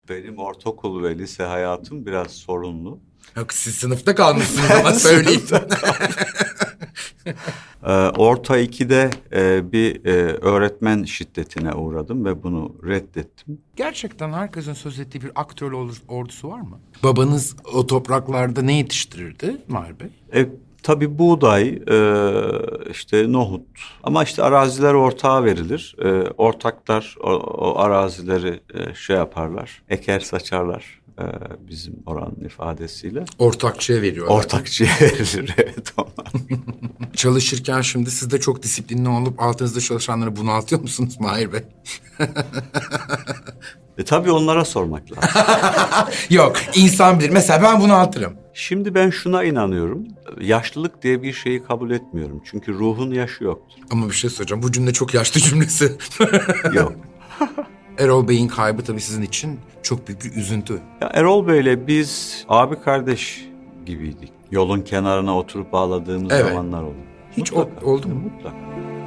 Benim ortaokul ve lise hayatım biraz sorunlu. Yok, siz sınıfta kalmışsınız ama söyleyeyim. Orta 2'de bir öğretmen şiddetine uğradım ve bunu reddettim. Gerçekten herkesin söz ettiği bir aktör ordusu var mı? Babanız o topraklarda ne yetiştirirdi Mahir Bey? Tabii buğday, işte nohut ama işte araziler ortağa verilir. Ortaklar o arazileri şey yaparlar, eker saçarlar. Bizim oranın ifadesiyle. Ortakçıya veriyorlar. Ortakçıya verilir, evet onlar. Çalışırken şimdi siz de çok disiplinli olup altınızda çalışanları bunaltıyor musunuz Mahir Bey? Tabii onlara sormak lazım. Yok, insan bilir. Mesela ben bunaltırım. Şimdi ben şuna inanıyorum. Yaşlılık diye bir şeyi kabul etmiyorum. Çünkü ruhun yaşı yoktur. Ama bir şey söyleyeceğim. Bu cümle çok yaşlı cümlesi. Yok. Erol Bey'in kaybı tabii sizin için çok büyük bir üzüntü. Ya Erol Bey'le biz abi kardeş gibiydik. Yolun kenarına oturup ağladığımız zamanlar oldu. Hiç Mutlaka. oldu mu? Mutlaka.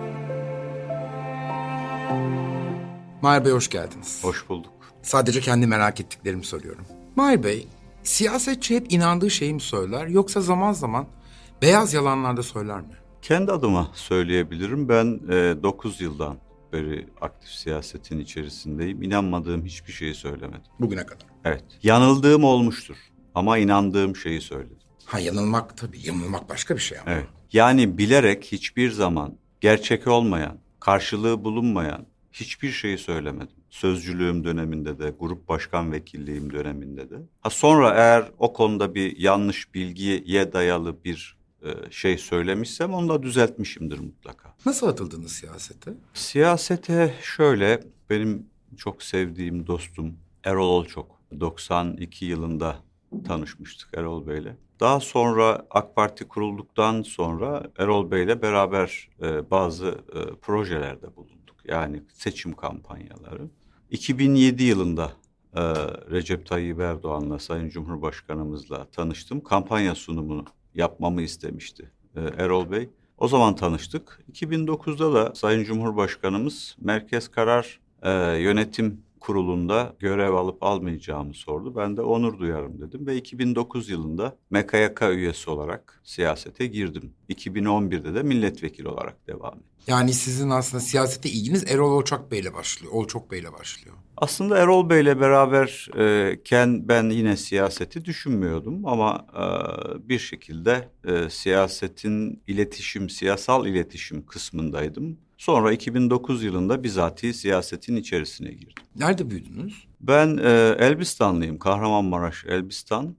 Mahir Bey hoş geldiniz. Hoş bulduk. Sadece kendi merak ettiklerimi soruyorum. Mahir Bey, siyasetçi hep inandığı şeyi mi söyler yoksa zaman zaman beyaz yalanlarda söyler mi? Kendi adıma söyleyebilirim. Ben 9 yıldan beri aktif siyasetin içerisindeyim. İnanmadığım hiçbir şeyi söylemedim. Bugüne kadar. Evet. Yanıldığım olmuştur ama inandığım şeyi söyledim. Ha, yanılmak tabii. Yanılmak başka bir şey ama. Evet. Yani bilerek hiçbir zaman gerçek olmayan, karşılığı bulunmayan hiçbir şeyi söylemedim. Sözcülüğüm döneminde de, grup başkan vekilliğim döneminde de. Sonra eğer o konuda bir yanlış bilgiye dayalı bir şey söylemişsem onu da düzeltmişimdir mutlaka. Nasıl atıldınız siyasete? Siyasete şöyle, benim çok sevdiğim dostum Erol Olçok 92 yılında tanışmıştık Erol Bey'le. Daha sonra AK Parti kurulduktan sonra Erol Bey'le beraber bazı projelerde bulunduk. Yani seçim kampanyaları. 2007 yılında Recep Tayyip Erdoğan'la, Sayın Cumhurbaşkanımızla tanıştım. Kampanya sunumunu yapmamı istemişti Erol Bey. O zaman tanıştık. 2009'da da Sayın Cumhurbaşkanımız Merkez Karar Yönetim Kurulu'nda görev alıp almayacağımı sordu. Ben de onur duyarım dedim ve 2009 yılında MKYK üyesi olarak siyasete girdim. 2011'de de milletvekili olarak devam ettim. Yani sizin aslında siyasete ilginiz Erol Olçok Bey'le başlıyor. Aslında Erol Bey'le beraberken ben yine siyaseti düşünmüyordum ama bir şekilde siyasetin siyasal iletişim kısmındaydım. Sonra 2009 yılında bizatihi siyasetin içerisine girdim. Nerede büyüdünüz? Ben Elbistanlıyım, Kahramanmaraş, Elbistan.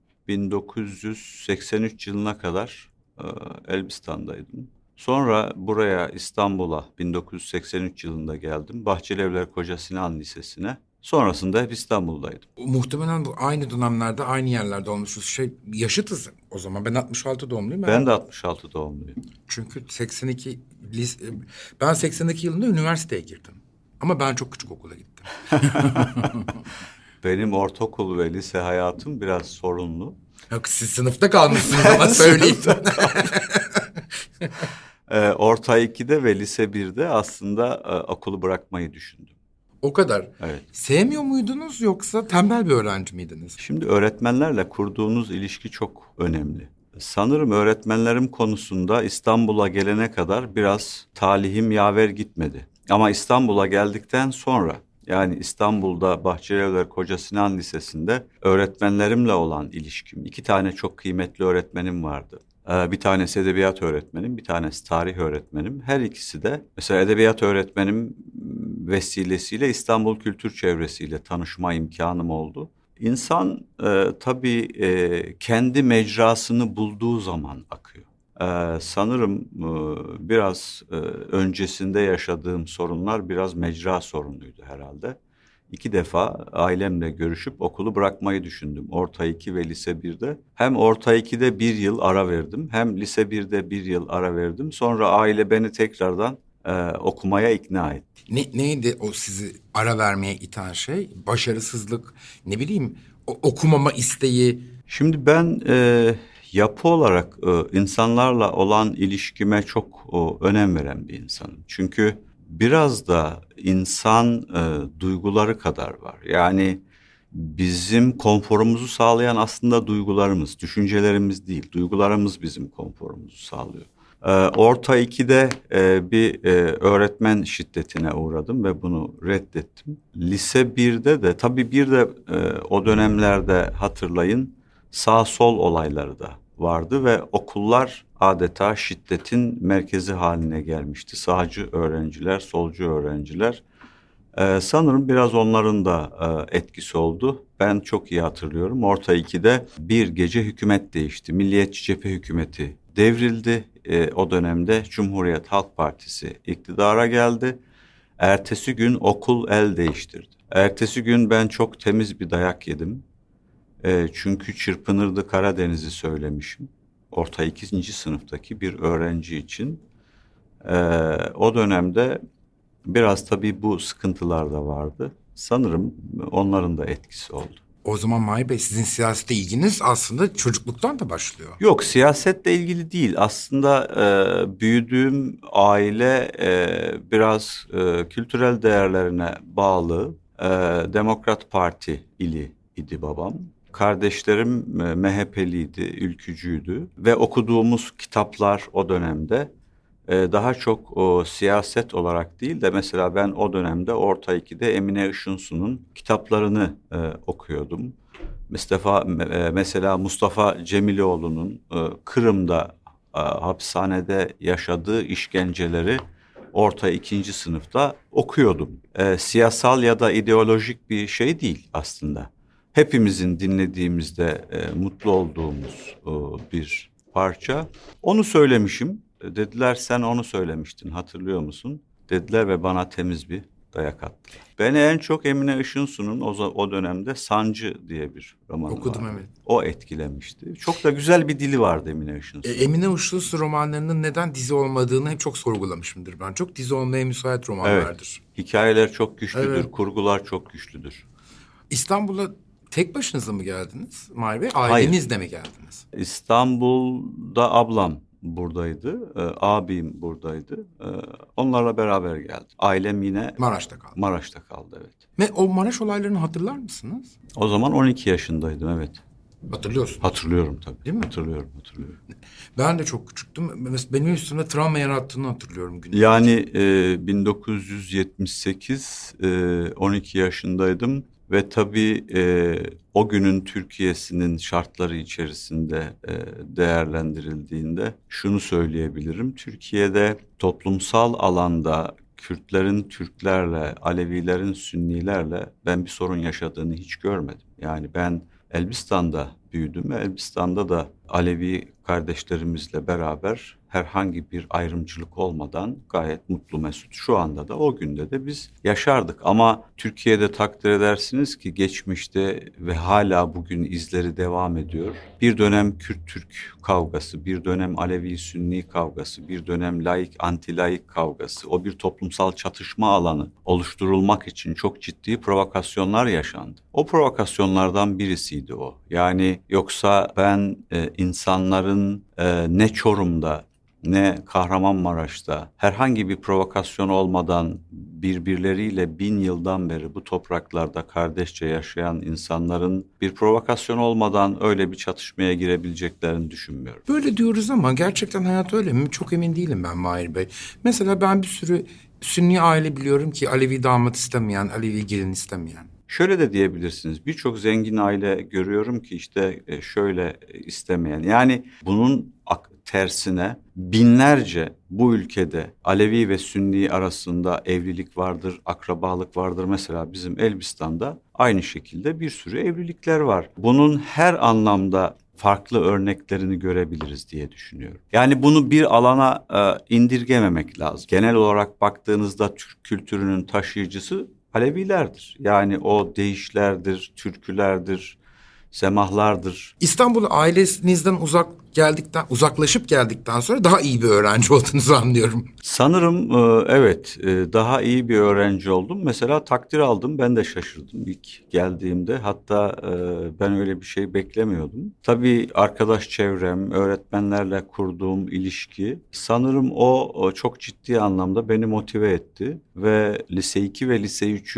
1983 yılına kadar Elbistan'daydım. Sonra buraya İstanbul'a 1983 yılında geldim. Bahçelievler Koca Sinan Lisesi'ne. Sonrasında hep İstanbul'daydım. Muhtemelen bu aynı dönemlerde aynı yerlerde olmuşuz. Yaşıtız o zaman. Ben 66 doğumluyum. Ben de 66 doğumluyum. Çünkü ben 82 yılında üniversiteye girdim. Ama ben çok küçük okula gittim. Benim ortaokul ve lise hayatım biraz sorunlu. Yok, siz sınıfta kalmışsınız ama söyleyeyim. Orta 2'de ve lise 1'de aslında okulu bırakmayı düşündüm. O kadar. Evet. Sevmiyor muydunuz yoksa tembel bir öğrenci miydiniz? Şimdi öğretmenlerle kurduğunuz ilişki çok önemli. Sanırım öğretmenlerim konusunda İstanbul'a gelene kadar biraz talihim yaver gitmedi. Ama İstanbul'a geldikten sonra, yani İstanbul'da Bahçelievler Koca Sinan Lisesi'nde öğretmenlerimle olan ilişkim, 2 tane çok kıymetli öğretmenim vardı. Bir tanesi edebiyat öğretmenim, bir tanesi tarih öğretmenim. Her ikisi de mesela edebiyat öğretmenim vesilesiyle İstanbul Kültür Çevresi'yle tanışma imkanım oldu. İnsan tabii kendi mecrasını bulduğu zaman akıyor. Sanırım biraz öncesinde yaşadığım sorunlar biraz mecra sorunuydu herhalde. 2 defa ailemle görüşüp okulu bırakmayı düşündüm. Orta 2 ve lise 1'de. Hem orta 2'de 1 yıl ara verdim, hem lise 1'de 1 yıl ara verdim. Sonra aile beni tekrardan okumaya ikna etti. Neydi o sizi ara vermeye iten şey? Başarısızlık, ne bileyim, okumama isteği. Şimdi ben yapı olarak insanlarla olan ilişkime çok önem veren bir insanım. Çünkü biraz da insan duyguları kadar var. Yani Bizim konforumuzu sağlayan aslında duygularımız, düşüncelerimiz değil. Duygularımız bizim konforumuzu sağlıyor. Orta 2'de bir öğretmen şiddetine uğradım ve bunu reddettim. Lise 1'de de tabii bir de o dönemlerde hatırlayın sağ sol olayları da vardı ve okullar adeta şiddetin merkezi haline gelmişti. Sağcı öğrenciler, solcu öğrenciler. Sanırım biraz onların da etkisi oldu. Ben çok iyi hatırlıyorum. Orta 2'de bir gece hükümet değişti. Milliyetçi Cephe hükümeti devrildi. O dönemde Cumhuriyet Halk Partisi iktidara geldi. Ertesi gün okul el değiştirdi. Ertesi gün ben çok temiz bir dayak yedim. Çünkü Çırpınırdı Karadeniz'i söylemişim. Orta 2. sınıftaki bir öğrenci için. O dönemde biraz tabii bu sıkıntılar da vardı. Sanırım onların da etkisi oldu. O zaman Mahir Bey, sizin siyasete ilginiz aslında çocukluktan da başlıyor. Yok, siyasetle ilgili değil. Aslında büyüdüğüm aile biraz kültürel değerlerine bağlı. Demokrat Parti idi babam. Kardeşlerim MHP'liydi, ülkücüydü ve okuduğumuz kitaplar o dönemde daha çok siyaset olarak değil de mesela ben o dönemde Orta 2'de Emine Işınsu'nun kitaplarını okuyordum. Mesela Mustafa Cemiloğlu'nun Kırım'da hapishanede yaşadığı işkenceleri Orta 2. sınıfta okuyordum. Siyasal ya da ideolojik bir şey değil aslında. Hepimizin dinlediğimizde mutlu olduğumuz bir parça. Onu söylemişim. Dediler sen onu söylemiştin, hatırlıyor musun? Dediler ve bana temiz bir dayak attılar. Beni en çok Emine Işınsu'nun o dönemde Sancı diye bir romanı Okudum, vardı. evet. O etkilemişti. Çok da güzel bir dili vardı Emine Işınsu'nun. Emine Işınsu romanlarının neden dizi olmadığını hep çok sorgulamışımdır ben. Çok dizi olmaya müsait romanlardır. Evet. Hikayeler çok güçlüdür, Evet. kurgular çok güçlüdür. İstanbul'a tek başınıza mı geldiniz Mahir Bey? Ailenizle mi geldiniz? İstanbul'da ablam buradaydı, abim buradaydı. Onlarla beraber geldim. Ailem yine Maraş'ta kaldı. Maraş'ta kaldı, evet. Ve o Maraş olaylarını hatırlar mısınız? O zaman 12 yaşındaydım, evet. Hatırlıyorsunuz. Hatırlıyorum tabii. Değil mi? Hatırlıyorum. Ben de çok küçüktüm. Benim üstümde travma yarattığını hatırlıyorum günler. Yani 1978, 12 yaşındaydım ve tabii o günün Türkiye'sinin şartları içerisinde değerlendirildiğinde şunu söyleyebilirim. Türkiye'de toplumsal alanda Kürtlerin Türklerle, Alevilerin Sünnilerle ben bir sorun yaşadığını hiç görmedim. Yani ben Elbistan'da büyüdüm ve Elbistan'da da Alevi kardeşlerimizle beraber herhangi bir ayrımcılık olmadan gayet mutlu mesut şu anda da o günde de biz yaşardık. Ama Türkiye'de takdir edersiniz ki geçmişte ve hala bugün izleri devam ediyor. Bir dönem Kürt-Türk kavgası, bir dönem Alevi-Sünni kavgası, bir dönem laik anti-laik kavgası, o bir toplumsal çatışma alanı oluşturulmak için çok ciddi provokasyonlar yaşandı. O provokasyonlardan birisiydi o. Yani yoksa ben insanların ne Çorum'da ne Kahramanmaraş'ta herhangi bir provokasyon olmadan birbirleriyle 1000 yıldan beri bu topraklarda kardeşçe yaşayan insanların bir provokasyon olmadan öyle bir çatışmaya girebileceklerini düşünmüyorum. Böyle diyoruz ama gerçekten hayat öyle mi? Çok emin değilim ben Mahir Bey. Mesela ben bir sürü Sünni aile biliyorum ki Alevi damat istemeyen, Alevi gelin istemeyen. Şöyle de diyebilirsiniz. Birçok zengin aile görüyorum ki işte şöyle istemeyen. Yani bunun tersine binlerce bu ülkede Alevi ve Sünni arasında evlilik vardır, akrabalık vardır. Mesela bizim Elbistan'da aynı şekilde bir sürü evlilikler var. Bunun her anlamda farklı örneklerini görebiliriz diye düşünüyorum. Yani bunu bir alana indirgememek lazım. Genel olarak baktığınızda Türk kültürünün taşıyıcısı Alevilerdir. Yani o deyişlerdir, türkülerdir, semahlardır. İstanbul'a ailenizden uzaklaşıp geldikten sonra daha iyi bir öğrenci olduğunuzu anlıyorum. Sanırım evet, daha iyi bir öğrenci oldum. Mesela takdir aldım, ben de şaşırdım ilk geldiğimde. Hatta ben öyle bir şey beklemiyordum. Tabii arkadaş çevrem, öğretmenlerle kurduğum ilişki sanırım o çok ciddi anlamda beni motive etti. Ve lise 2 ve lise 3'ü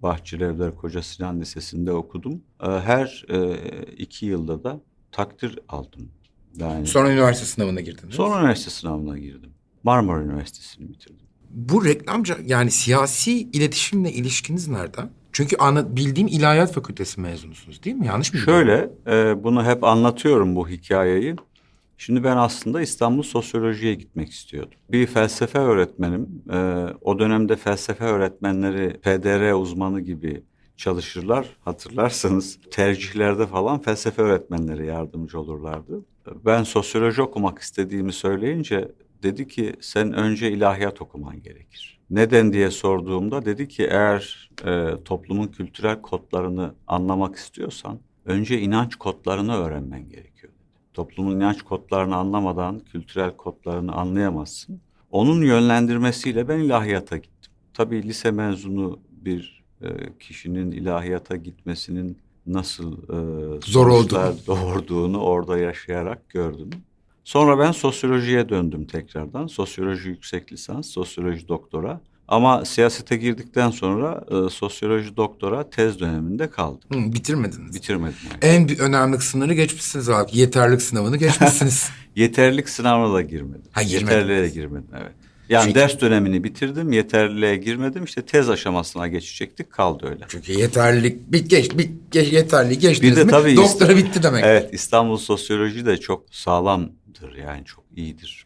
Bahçelievler Koca Sinan Lisesi'nde okudum. Her 2 yılda da takdir aldım. Yani Sonra üniversite sınavına girdiniz. sonra üniversite sınavına girdim. Marmara Üniversitesi'ni bitirdim. Bu reklamcı yani siyasi iletişimle ilişkiniz nereden? Çünkü bildiğim İlahiyat Fakültesi mezunusunuz değil mi? Yanlış mı biliyorum? Şöyle, bunu hep anlatıyorum bu hikayeyi. Şimdi ben aslında İstanbul Sosyoloji'ye gitmek istiyordum. Bir felsefe öğretmenim, o dönemde felsefe öğretmenleri PDR uzmanı gibi çalışırlar. Hatırlarsanız tercihlerde falan felsefe öğretmenleri yardımcı olurlardı. Ben sosyoloji okumak istediğimi söyleyince dedi ki sen önce ilahiyat okuman gerekir. Neden diye sorduğumda dedi ki eğer toplumun kültürel kodlarını anlamak istiyorsan önce inanç kodlarını öğrenmen gerekiyor. Toplumun inanç kodlarını anlamadan kültürel kodlarını anlayamazsın. Onun yönlendirmesiyle ben ilahiyata gittim. Tabii lise mezunu bir kişinin ilahiyata gitmesinin nasıl Zor sonuçlar doğurduğunu orada yaşayarak gördüm. Sonra ben sosyolojiye döndüm tekrardan. Sosyoloji yüksek lisans, sosyoloji doktora. Ama siyasete girdikten sonra sosyoloji doktora tez döneminde kaldım. Bitirmediniz. Bitirmedim yani. En önemli sınırı geçmişsiniz abi. Yeterlik sınavını geçmişsiniz. Yeterlilik sınavına da girmedim. Ha, girmediniz. Yeterliliğe girmedim, evet. Yani Çünkü ders dönemini bitirdim, yeterliliğe girmedim. İşte tez aşamasına geçecektik, kaldı öyle. Çünkü yeterlilik yeterliği Bir geçtiniz de mi tabii doktora bitti demek. Evet, İstanbul Sosyoloji de çok sağlamdır yani çok iyidir.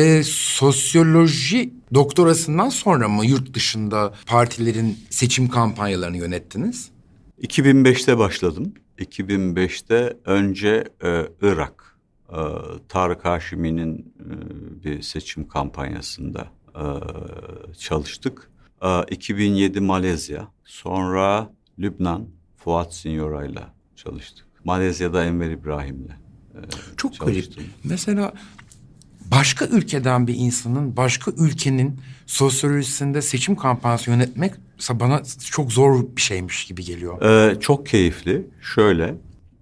Sosyoloji doktorasından sonra mı yurt dışında partilerin seçim kampanyalarını yönettiniz? 2005'te başladım. 2005'te önce Irak, Tarık Haşimi'nin bir seçim kampanyasında çalıştık. 2007 Malezya, sonra Lübnan, Fuat Sinyora'yla çalıştık. Malezya'da Enver İbrahim'le Çok çalıştım. garip. Mesela başka ülkeden bir insanın başka ülkenin sosyolojisinde seçim kampanyası yönetmek bana çok zor bir şeymiş gibi geliyor. Çok keyifli. Şöyle,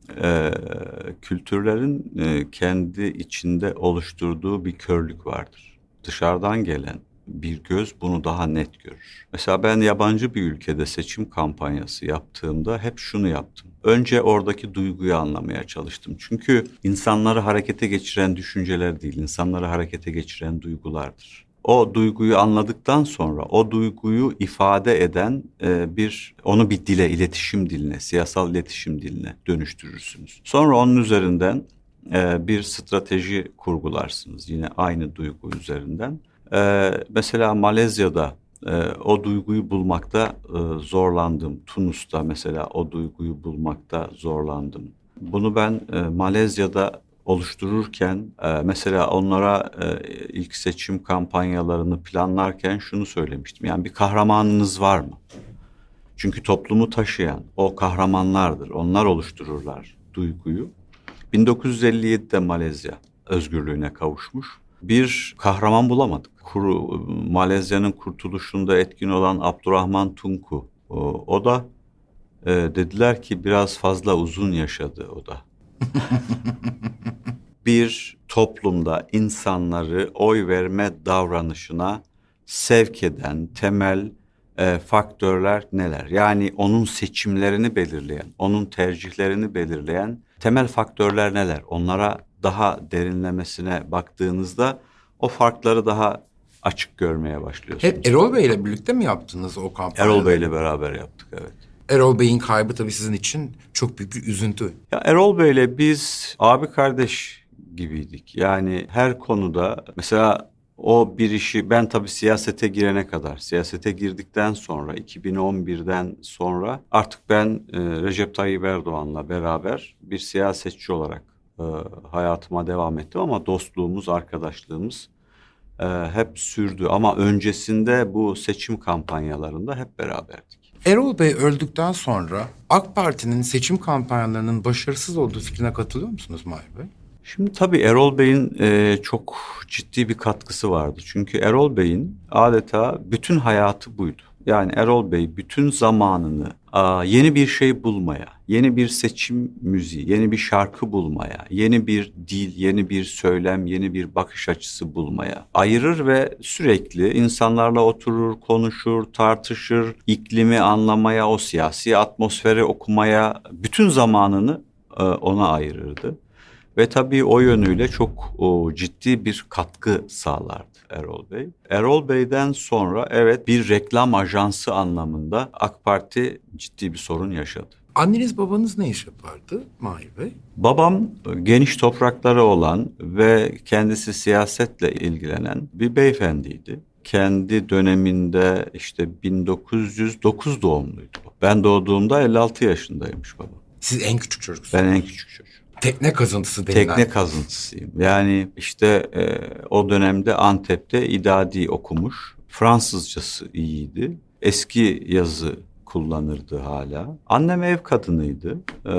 kültürlerin kendi içinde oluşturduğu bir körlük vardır. Dışarıdan gelen bir göz bunu daha net görür. Mesela ben yabancı bir ülkede seçim kampanyası yaptığımda hep şunu yaptım. Önce oradaki duyguyu anlamaya çalıştım. Çünkü insanları harekete geçiren düşünceler değil, insanları harekete geçiren duygulardır. O duyguyu anladıktan sonra o duyguyu ifade eden onu bir dile, iletişim diline, siyasal iletişim diline dönüştürürsünüz. Sonra onun üzerinden bir strateji kurgularsınız yine aynı duygu üzerinden. Mesela Malezya'da o duyguyu bulmakta zorlandım. Tunus'ta mesela o duyguyu bulmakta zorlandım. Bunu ben Malezya'da oluştururken mesela onlara ilk seçim kampanyalarını planlarken şunu söylemiştim. Yani bir kahramanınız var mı? Çünkü toplumu taşıyan o kahramanlardır. Onlar oluştururlar duyguyu. 1957'de Malezya özgürlüğüne kavuşmuş. Bir kahraman bulamadık. Malezya'nın kurtuluşunda etkin olan Abdurrahman Tunku. O da dediler ki biraz fazla uzun yaşadı o da. Bir toplumda insanları oy verme davranışına sevk eden temel faktörler neler? Yani onun seçimlerini belirleyen, onun tercihlerini belirleyen temel faktörler neler? Onlara daha derinlemesine baktığınızda o farkları daha açık görmeye başlıyorsunuz. Hep Erol Bey ile birlikte mi yaptınız o kampanyayı? Erol Bey ile beraber yaptık, evet. Erol Bey'in kaybı tabii sizin için çok büyük bir üzüntü. Ya Erol Bey'le biz abi kardeş gibiydik. Yani her konuda mesela o bir işi ben tabii siyasete girene kadar, siyasete girdikten sonra 2011'den sonra artık ben Recep Tayyip Erdoğan'la beraber bir siyasetçi olarak hayatıma devam ettim ama dostluğumuz, arkadaşlığımız hep sürdü. Ama öncesinde bu seçim kampanyalarında hep beraberdik. Erol Bey öldükten sonra AK Parti'nin seçim kampanyalarının başarısız olduğu fikrine katılıyor musunuz Mahir Bey? Şimdi tabii Erol Bey'in çok ciddi bir katkısı vardı. Çünkü Erol Bey'in adeta bütün hayatı buydu. Yani Erol Bey bütün zamanını yeni bir şey bulmaya, yeni bir seçim müziği, yeni bir şarkı bulmaya, yeni bir dil, yeni bir söylem, yeni bir bakış açısı bulmaya ayırır ve sürekli insanlarla oturur, konuşur, tartışır, iklimi anlamaya, o siyasi atmosferi okumaya bütün zamanını ona ayırırdı. Ve tabii o yönüyle çok ciddi bir katkı sağlardı Erol Bey. Erol Bey'den sonra evet bir reklam ajansı anlamında AK Parti ciddi bir sorun yaşadı. Anneniz babanız ne iş yapardı Mahir Bey? Babam geniş toprakları olan ve kendisi siyasetle ilgilenen bir beyefendiydi. Kendi döneminde işte 1909 doğumluydu. Ben doğduğumda 56 yaşındaymış babam. Siz en küçük çocuksunuz. Ben en küçük çocuğum. Tekne kazıntısı denilen. Tekne kazıntısıyım. Yani işte o dönemde Antep'te İdadi okumuş. Fransızcası iyiydi. Eski yazı kullanırdı hala. Annem ev kadınıydı.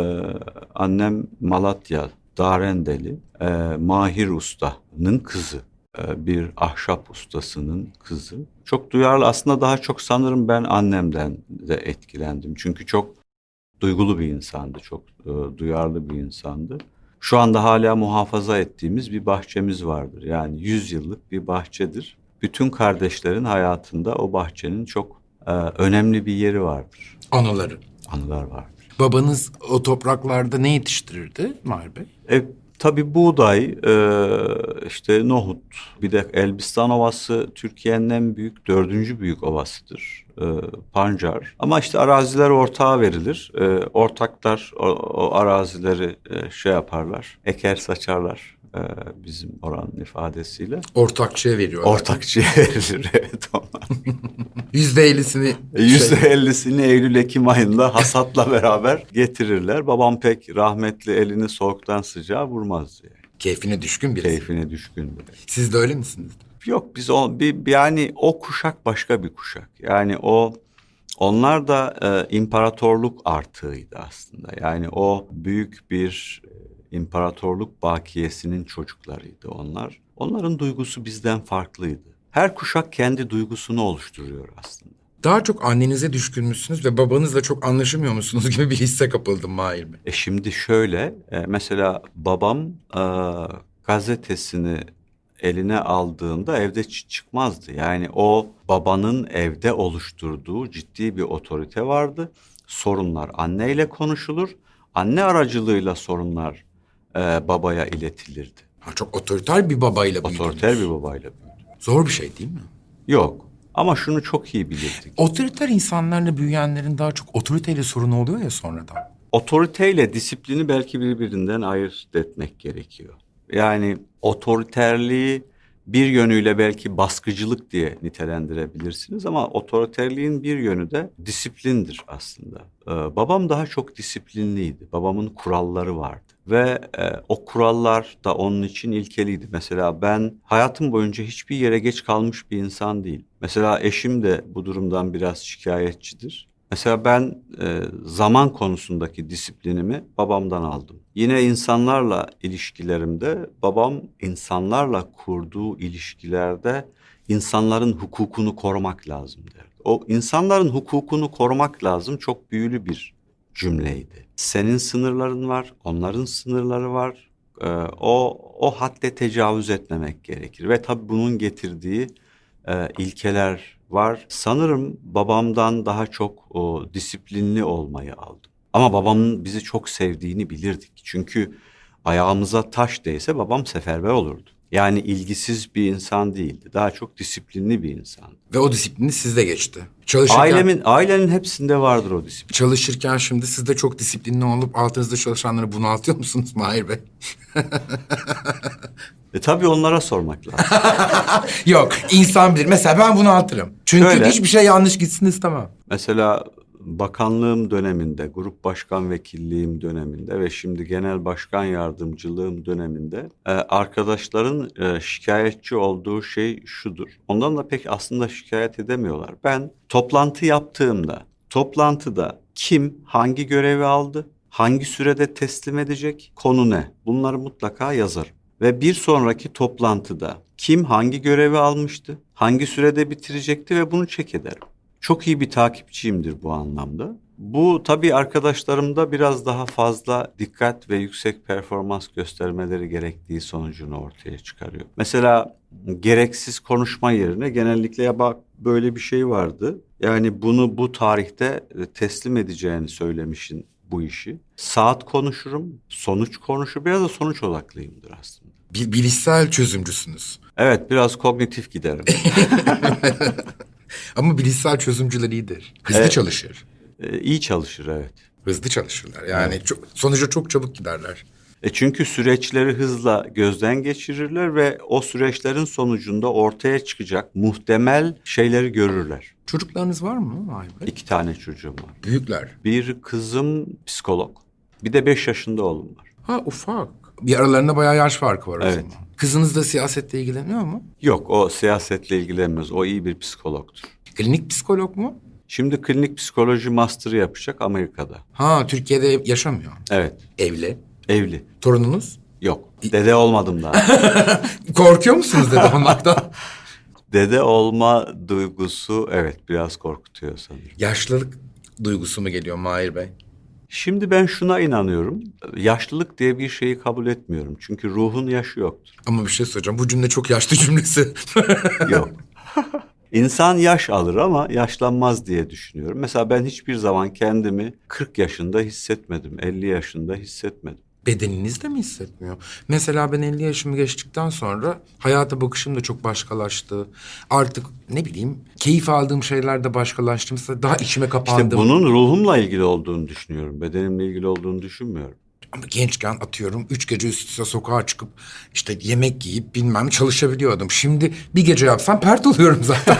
Annem Malatya, Darendeli, Mahir Usta'nın kızı. Bir ahşap ustasının kızı. Çok duyarlı. Aslında daha çok sanırım ben annemden de etkilendim. Çünkü çok duygulu bir insandı, çok duyarlı bir insandı. Şu anda hala muhafaza ettiğimiz bir bahçemiz vardır. Yani 100 yıllık bir bahçedir. Bütün kardeşlerin hayatında o bahçenin çok önemli bir yeri vardır. Anıları. Anılar vardır. Babanız o topraklarda ne yetiştirirdi Mahir Bey? Tabii buğday, işte nohut, bir de Elbistan Ovası Türkiye'nin en büyük, 4. büyük ovasıdır. Pancar. Ama işte araziler ortağa verilir. Ortaklar o arazileri şey yaparlar, eker saçarlar. Bizim oranın ifadesiyle. Ortakçıya veriyorlar. Ortakçıya verilir, evet onlar. %50'sini... %50'sini Eylül-Ekim ayında hasatla beraber getirirler. Babam pek rahmetli elini soğuktan sıcağa vurmaz diye. Keyfine düşkün birisi. Keyfine düşkün biri. Siz de öyle misiniz? Yok biz yani o kuşak başka bir kuşak. Yani onlar da imparatorluk artığıydı aslında. Yani o büyük bir imparatorluk bakiyesinin çocuklarıydı onlar. Onların duygusu bizden farklıydı. Her kuşak kendi duygusunu oluşturuyor aslında. Daha çok annenize düşkünmüşsünüz ve babanızla çok anlaşamıyor musunuz gibi bir hisse kapıldım Mahir Bey. Şimdi şöyle, mesela babam gazetesini eline aldığında evde çıkmazdı. Yani o babanın evde oluşturduğu ciddi bir otorite vardı. Sorunlar anneyle konuşulur. Anne aracılığıyla sorunlar babaya iletilirdi. Çok otoriter bir babayla büyüdünüz. Otoriter bir babayla büyüdü. Zor bir şey değil mi? Yok. Ama şunu çok iyi bilirdik. Otoriter insanlarla büyüyenlerin daha çok otoriteyle sorunu oluyor ya sonradan. Otoriteyle disiplini belki birbirinden ayırt etmek gerekiyor. Yani otoriterliği bir yönüyle belki baskıcılık diye nitelendirebilirsiniz ama otoriterliğin bir yönü de disiplindir aslında. Babam daha çok disiplinliydi. Babamın kuralları vardı ve o kurallar da onun için ilkeliydi. Mesela ben hayatım boyunca hiçbir yere geç kalmış bir insan değilim. Mesela eşim de bu durumdan biraz şikayetçidir. Mesela ben zaman konusundaki disiplinimi babamdan aldım. Yine insanlarla ilişkilerimde babam insanlarla kurduğu ilişkilerde insanların hukukunu korumak lazım derdi. O insanların hukukunu korumak lazım çok büyülü bir cümleydi. Senin sınırların var, onların sınırları var. O hadde tecavüz etmemek gerekir ve tabii bunun getirdiği ilkeler var. Sanırım babamdan daha çok disiplinli olmayı aldım. Ama babamın bizi çok sevdiğini bilirdik. Çünkü ayağımıza taş değse babam seferber olurdu. Yani ilgisiz bir insan değildi. Daha çok disiplinli bir insandı. Ve o disiplini sizde geçti. Çalışırken, Ailenin hepsinde vardır o disiplin. Çalışırken şimdi siz de çok disiplinli olup altınızda çalışanları bunaltıyor musunuz Mahir Bey? Tabii onlara sormak lazım. Yok, insan bilir. Mesela ben bunaltırım. Çünkü hiçbir şey yanlış gitsin istemem. Mesela bakanlığım döneminde, grup başkan vekilliğim döneminde ve şimdi genel başkan yardımcılığım döneminde arkadaşların şikayetçi olduğu şey şudur. Ondan da pek aslında şikayet edemiyorlar. Ben toplantı yaptığımda, toplantıda kim hangi görevi aldı, hangi sürede teslim edecek, konu ne? Bunları mutlaka yazarım. Ve bir sonraki toplantıda kim hangi görevi almıştı, hangi sürede bitirecekti ve bunu check ederim. Çok iyi bir takipçiyimdir bu anlamda. Bu tabii arkadaşlarımda biraz daha fazla dikkat ve yüksek performans göstermeleri gerektiği sonucunu ortaya çıkarıyor. Mesela gereksiz konuşma yerine genellikle ya bak böyle bir şey vardı. Yani bunu bu tarihte teslim edeceğini söylemişsin bu işi. Saat konuşurum, sonuç konuşur. Biraz da sonuç odaklıyımdır aslında. Bilişsel çözümcüsünüz. Evet, biraz kognitif giderim. Ama bilişsel çözümcüler iyidir. Hızlı çalışır. İyi çalışır, evet. Hızlı çalışırlar. Yani sonuca çok çabuk giderler. Çünkü süreçleri hızla gözden geçirirler ve o süreçlerin sonucunda ortaya çıkacak muhtemel şeyleri görürler. Çocuklarınız var mı? Vay be. 2 tane çocuğum var. Büyükler. Bir kızım psikolog. Bir de 5 yaşında oğlum var. Ha, ufak. Bir aralarında bayağı yaş farkı var o Evet. zaman. Kızınız da siyasetle ilgileniyor mu? Yok, o siyasetle ilgilenmez. O iyi bir psikologtur. Klinik psikolog mu? Şimdi klinik psikoloji master'ı yapacak Amerika'da. Ha, Türkiye'de yaşamıyor. Evet. Evli. Evli. Torununuz? Yok. Dede olmadım daha. Korkuyor musunuz dede olmaktan? Dede olma duygusu evet biraz korkutuyor sanırım. Yaşlılık duygusu mu geliyor Mahir Bey? Şimdi ben şuna inanıyorum. Yaşlılık diye bir şeyi kabul etmiyorum. Çünkü ruhun yaşı yoktur. Ama bir şey söyleyeceğim. Bu cümle çok yaşlı cümlesi. Yok. İnsan yaş alır ama yaşlanmaz diye düşünüyorum. Mesela ben hiçbir zaman kendimi 40 yaşında hissetmedim. 50 yaşında hissetmedim. Bedeniniz de mi hissetmiyor? Mesela ben 50 yaşımı geçtikten sonra hayata bakışım da çok başkalaştı. Artık ne bileyim keyif aldığım şeyler de başkalaştı. Mesela daha içime kapandım. İşte bunun ruhumla ilgili olduğunu düşünüyorum. Bedenimle ilgili olduğunu düşünmüyorum. Ama gençken atıyorum 3 gece üst üste sokağa çıkıp işte yemek yiyip bilmem çalışabiliyordum. Şimdi bir gece yapsam pert oluyorum zaten.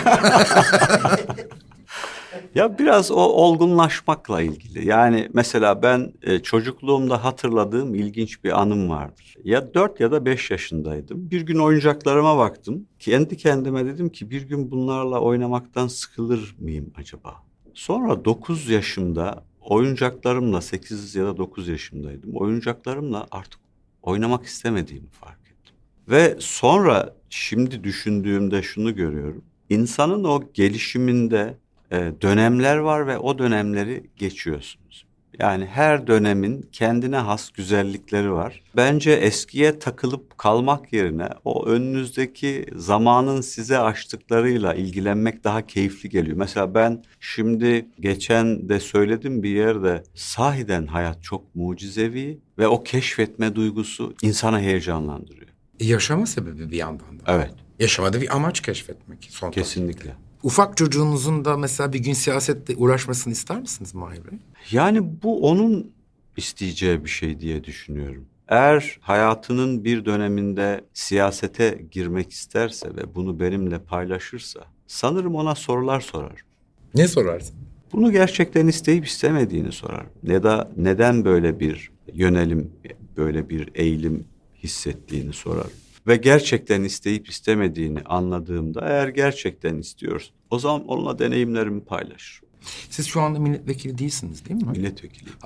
Ya biraz o olgunlaşmakla ilgili. Yani mesela ben çocukluğumda hatırladığım ilginç bir anım vardır. Ya 4 ya da 5 yaşındaydım. Bir gün oyuncaklarıma baktım. Kendi kendime dedim ki bir gün bunlarla oynamaktan sıkılır mıyım acaba? Sonra 9 yaşımda oyuncaklarımla 8 ya da 9 yaşımdaydım. Oyuncaklarımla artık oynamak istemediğimi fark ettim. Ve sonra şimdi düşündüğümde şunu görüyorum. İnsanın o gelişiminde dönemler var ve o dönemleri geçiyorsunuz. Yani her dönemin kendine has güzellikleri var. Bence eskiye takılıp kalmak yerine o önünüzdeki zamanın size açtıklarıyla ilgilenmek daha keyifli geliyor. Mesela ben şimdi geçen de söyledim bir yerde sahiden hayat çok mucizevi ve o keşfetme duygusu insana heyecanlandırıyor. Yaşama sebebi bir yandan da. Evet. Yaşamada bir amaç keşfetmek. Kesinlikle. Ufak çocuğunuzun da mesela bir gün siyasetle uğraşmasını ister misiniz Mahir Bey? Yani bu onun isteyeceği bir şey diye düşünüyorum. Eğer hayatının bir döneminde siyasete girmek isterse ve bunu benimle paylaşırsa sanırım ona sorular sorarım. Ne sorarsın? Bunu gerçekten isteyip istemediğini sorarım. Ya da neden böyle bir yönelim, böyle bir eğilim hissettiğini sorarım. Ve gerçekten isteyip istemediğini anladığımda eğer gerçekten istiyoruz o zaman onunla deneyimlerimi paylaşırım. Siz şu anda milletvekili değilsiniz değil mi? Milletvekiliyim.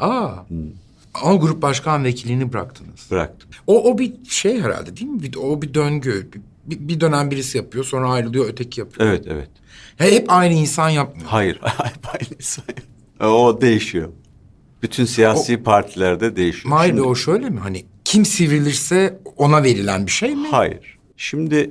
Ama grup başkan vekilliğini bıraktınız. Bıraktım. O bir şey herhalde değil mi? O bir döngü. Bir dönem birisi yapıyor sonra ayrılıyor öteki yapıyor. Evet, evet. Hep aynı insan yapmıyor. Hayır, aynı insan. O değişiyor. Bütün siyasi partilerde değişiyor. Mahir Bey o şöyle mi? Hani kim sivrilirse ona verilen bir şey mi? Hayır. Şimdi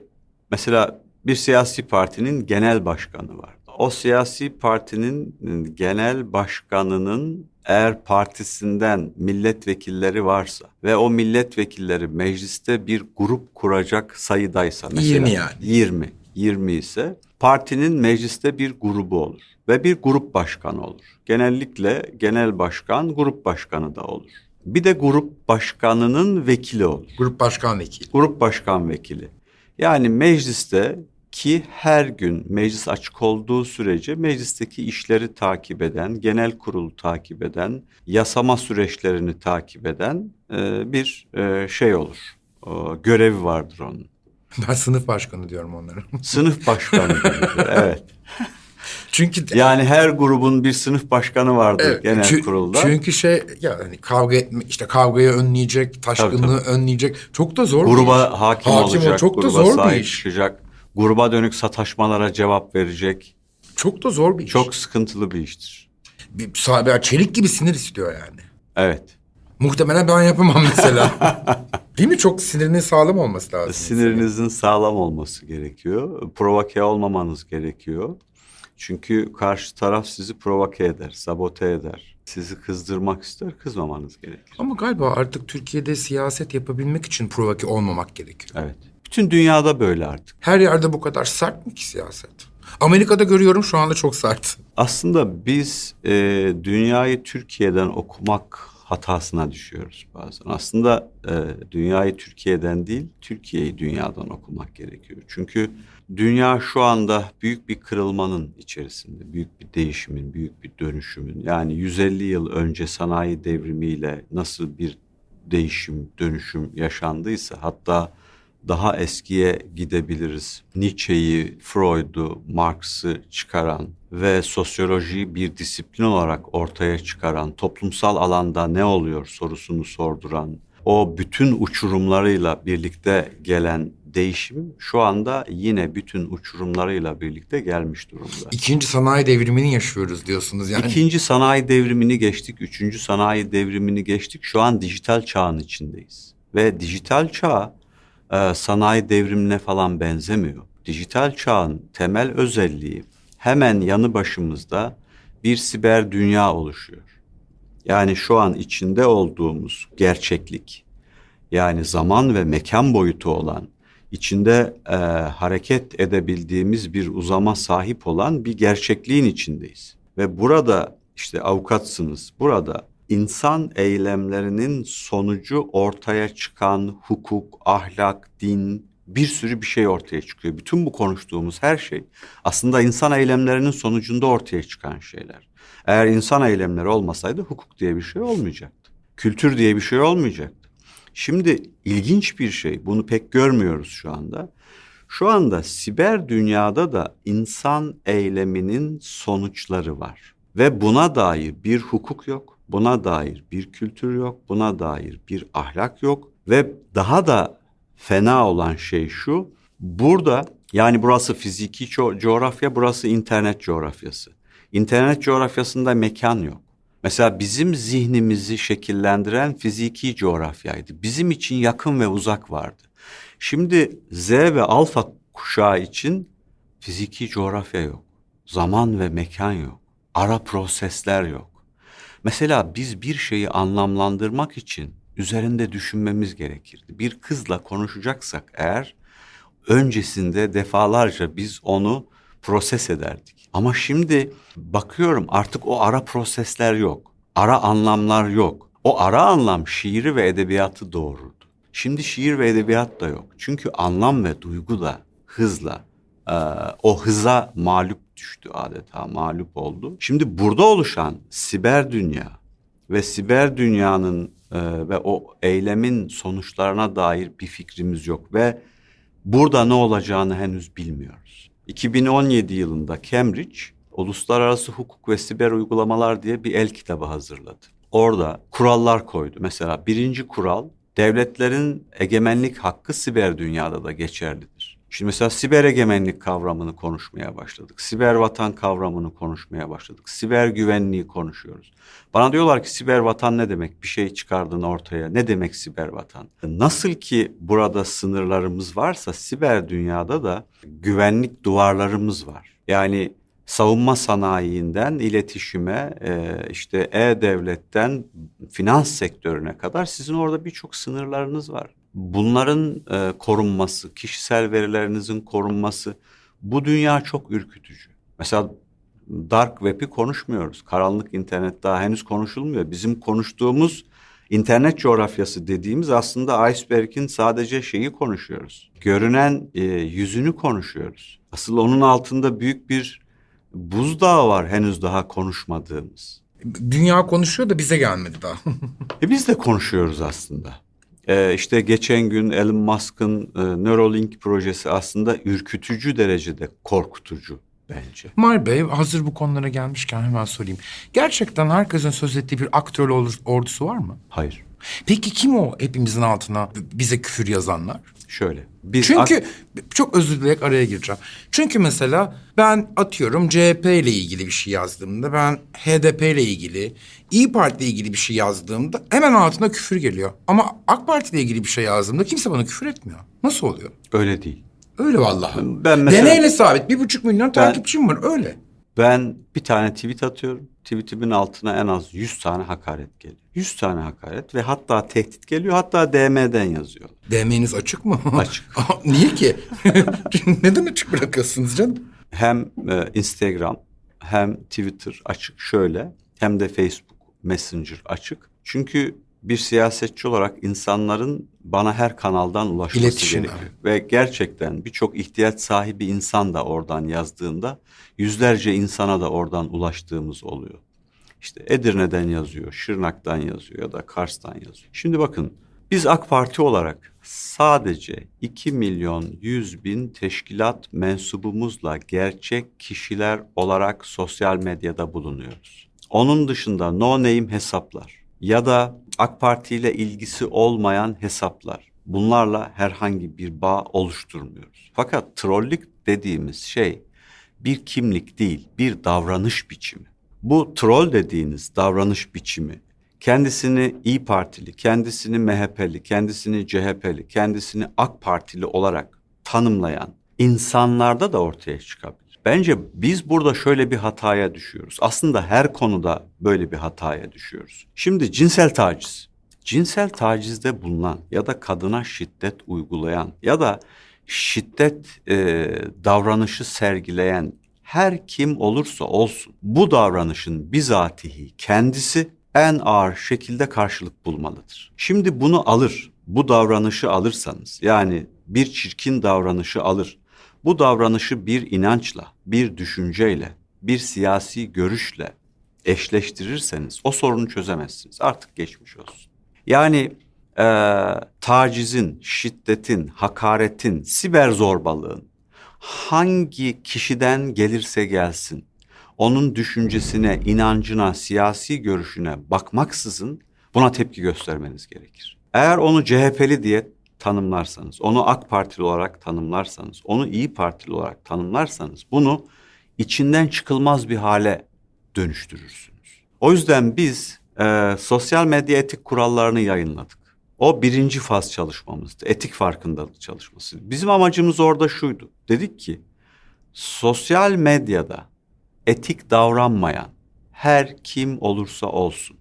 mesela bir siyasi partinin genel başkanı var. O siyasi partinin genel başkanının eğer partisinden milletvekilleri varsa ve o milletvekilleri mecliste bir grup kuracak sayıdaysa mesela 20 yani. 20 ise partinin mecliste bir grubu olur ve bir grup başkanı olur. Genellikle genel başkan grup başkanı da olur. Bir de grup başkanının vekili olur. Grup başkan vekili. Grup başkan vekili. Yani mecliste ki her gün meclis açık olduğu sürece meclisteki işleri takip eden, genel kurulu takip eden, yasama süreçlerini takip eden bir şey olur. Görevi vardır onun. Ben sınıf başkanı diyorum onlara. Sınıf başkanı gibidir, evet. Çünkü yani her grubun bir sınıf başkanı vardır evet, genel kurulda. Çünkü hani kavga etme işte kavgayı önleyecek, taşkınlığı önleyecek. Çok da zor. Gruba hakim olacak, çok da gruba zor sahip bir iş. çıkacak. Gruba dönük sataşmalara cevap verecek. Çok da zor bir iş. Çok sıkıntılı bir iştir. Bir çelik gibi sinir istiyor yani. Evet. Muhtemelen ben yapamam mesela. Değil mi? Çok sinirinin sağlam olması lazım. Sinirinizin sağlam olması gerekiyor. Provoke olmamanız gerekiyor. Çünkü karşı taraf sizi provoke eder, sabote eder. Sizi kızdırmak ister, kızmamanız gerekir. Ama galiba artık Türkiye'de siyaset yapabilmek için provoke olmamak gerekiyor. Evet. Bütün dünyada böyle artık. Her yerde bu kadar sert mi ki siyaset? Amerika'da görüyorum şu anda çok sert. Aslında biz dünyayı Türkiye'den okumak hatasına düşüyoruz bazen. Aslında dünyayı Türkiye'den değil, Türkiye'yi dünyadan okumak gerekiyor. Çünkü dünya şu anda büyük bir kırılmanın içerisinde, büyük bir değişimin, büyük bir dönüşümün. Yani 150 yıl önce sanayi devrimiyle nasıl bir değişim, dönüşüm yaşandıysa, hatta daha eskiye gidebiliriz. Nietzsche'yi, Freud'u, Marx'ı çıkaran ve sosyolojiyi bir disiplin olarak ortaya çıkaran, toplumsal alanda ne oluyor sorusunu sorduran, o bütün uçurumlarıyla birlikte gelen değişim şu anda yine bütün uçurumlarıyla birlikte gelmiş durumda. İkinci sanayi devrimini yaşıyoruz diyorsunuz yani. İkinci sanayi devrimini geçtik, üçüncü sanayi devrimini geçtik. Şu an dijital çağın içindeyiz. Ve dijital çağ sanayi devrimine falan benzemiyor. Dijital çağın temel özelliği hemen yanı başımızda bir siber dünya oluşuyor. Yani şu an içinde olduğumuz gerçeklik, yani zaman ve mekan boyutu olan, içinde hareket edebildiğimiz bir uzama sahip olan bir gerçekliğin içindeyiz. Ve burada işte avukatsınız, burada İnsan eylemlerinin sonucu ortaya çıkan hukuk, ahlak, din, bir sürü bir şey ortaya çıkıyor. Bütün bu konuştuğumuz her şey aslında insan eylemlerinin sonucunda ortaya çıkan şeyler. Eğer insan eylemleri olmasaydı hukuk diye bir şey olmayacaktı. Kültür diye bir şey olmayacaktı. Şimdi ilginç bir şey, bunu pek görmüyoruz şu anda. Şu anda siber dünyada da insan eyleminin sonuçları var. Ve buna dair bir hukuk yok. Buna dair bir kültür yok, buna dair bir ahlak yok ve daha da fena olan şey şu, burada yani burası fiziki coğrafya, burası internet coğrafyası. İnternet coğrafyasında mekan yok. Mesela bizim zihnimizi şekillendiren fiziki coğrafyaydı. Bizim için yakın ve uzak vardı. Şimdi Z ve alfa kuşağı için fiziki coğrafya yok. Zaman ve mekan yok. Ara prosesler yok. Mesela biz bir şeyi anlamlandırmak için üzerinde düşünmemiz gerekirdi. Bir kızla konuşacaksak eğer öncesinde defalarca biz onu proses ederdik. Ama şimdi bakıyorum artık o ara prosesler yok. Ara anlamlar yok. O ara anlam şiiri ve edebiyatı doğururdu. Şimdi şiir ve edebiyat da yok. Çünkü anlam ve duygu da hızla o hıza mağlup düştü adeta, mağlup oldu. Şimdi burada oluşan siber dünya ve siber dünyanın ve o eylemin sonuçlarına dair bir fikrimiz yok ve burada ne olacağını henüz bilmiyoruz. 2017 yılında Cambridge Uluslararası Hukuk ve Siber Uygulamalar diye bir el kitabı hazırladı. Orada kurallar koydu. Mesela birinci kural, devletlerin egemenlik hakkı siber dünyada da geçerlidir. Şimdi mesela siber egemenlik kavramını konuşmaya başladık. Siber vatan kavramını konuşmaya başladık. Siber güvenliği konuşuyoruz. Bana diyorlar ki siber vatan ne demek? Bir şey çıkardın ortaya. Ne demek siber vatan? Nasıl ki burada sınırlarımız varsa siber dünyada da güvenlik duvarlarımız var. Yani savunma sanayiinden iletişime, işte e-devletten finans sektörüne kadar sizin orada birçok sınırlarınız var. Bunların korunması, kişisel verilerinizin korunması, bu dünya çok ürkütücü. Mesela dark web'i konuşmuyoruz. Karanlık internet daha henüz konuşulmuyor. Bizim konuştuğumuz internet coğrafyası dediğimiz aslında iceberg'in sadece şeyi konuşuyoruz. Görünen yüzünü konuşuyoruz. Asıl onun altında büyük bir buzdağı var henüz daha konuşmadığımız. Dünya konuşuyor da bize gelmedi daha. Biz de konuşuyoruz aslında. İşte geçen gün Elon Musk'ın Neuralink projesi aslında ürkütücü derecede korkutucu. bence. Mahir Bey, hazır bu konulara gelmişken hemen sorayım. Gerçekten herkesin söz ettiği bir aktör ordusu var mı? Hayır. Peki kim o hepimizin altına bize küfür yazanlar? Şöyle. Çünkü çok özür dileyerek araya gireceğim. Çünkü mesela ben atıyorum CHP ile ilgili bir şey yazdığımda, ben HDP ile ilgili, İyi Parti ile ilgili bir şey yazdığımda hemen altına küfür geliyor. Ama AK Parti ile ilgili bir şey yazdığımda kimse bana küfür etmiyor. Nasıl oluyor? Öyle değil. Öyle vallahi. Ben mesela, Deneyle sabit 1,5 milyon takipçim var öyle. Ben bir tane tweet atıyorum. Tweetimin altına en az 100 tane hakaret geliyor. 100 tane hakaret ve hatta tehdit geliyor. Hatta DM'den yazıyor. DM'niz açık mı? Açık. Niye ki? Neden açık bırakıyorsunuz canım? Hem Instagram hem Twitter açık şöyle. Hem de Facebook Messenger açık. Çünkü bir siyasetçi olarak insanların bana her kanaldan ulaşması İletişim gerekiyor. Ve gerçekten birçok ihtiyaç sahibi insan da oradan yazdığında yüzlerce insana da oradan ulaştığımız oluyor. İşte Edirne'den yazıyor, Şırnak'tan yazıyor ya da Kars'tan yazıyor. Şimdi bakın, biz AK Parti olarak sadece 2.100.000 teşkilat mensubumuzla gerçek kişiler olarak sosyal medyada bulunuyoruz. Onun dışında no name hesaplar ya da AK Parti ile ilgisi olmayan hesaplar, bunlarla herhangi bir bağ oluşturmuyoruz. Fakat trollük dediğimiz şey bir kimlik değil, bir davranış biçimi. Bu troll dediğiniz davranış biçimi kendisini İyi Partili, kendisini MHP'li, kendisini CHP'li, kendisini AK Partili olarak tanımlayan insanlarda da ortaya çıkabilir. Bence biz burada şöyle bir hataya düşüyoruz. Aslında her konuda böyle bir hataya düşüyoruz. Şimdi cinsel taciz. Cinsel tacizde bulunan ya da kadına şiddet uygulayan ya da şiddet davranışı sergileyen her kim olursa olsun bu davranışın bizatihi kendisi en ağır şekilde karşılık bulmalıdır. Şimdi bunu alır, bu davranışı alırsanız, yani bir çirkin davranışı alır, bu davranışı bir inançla, bir düşünceyle, bir siyasi görüşle eşleştirirseniz o sorunu çözemezsiniz. Artık geçmiş olsun. Yani tacizin, şiddetin, hakaretin, siber zorbalığın hangi kişiden gelirse gelsin, onun düşüncesine, inancına, siyasi görüşüne bakmaksızın buna tepki göstermeniz gerekir. Eğer onu CHP'li diye tanımlarsanız, onu AK Partili olarak tanımlarsanız, onu İyi Partili olarak tanımlarsanız bunu içinden çıkılmaz bir hale dönüştürürsünüz. O yüzden biz sosyal medya etik kurallarını yayınladık. O birinci faz çalışmamızdı. Etik farkındalık çalışması. Bizim amacımız orada şuydu. Dedik ki sosyal medyada etik davranmayan her kim olursa olsun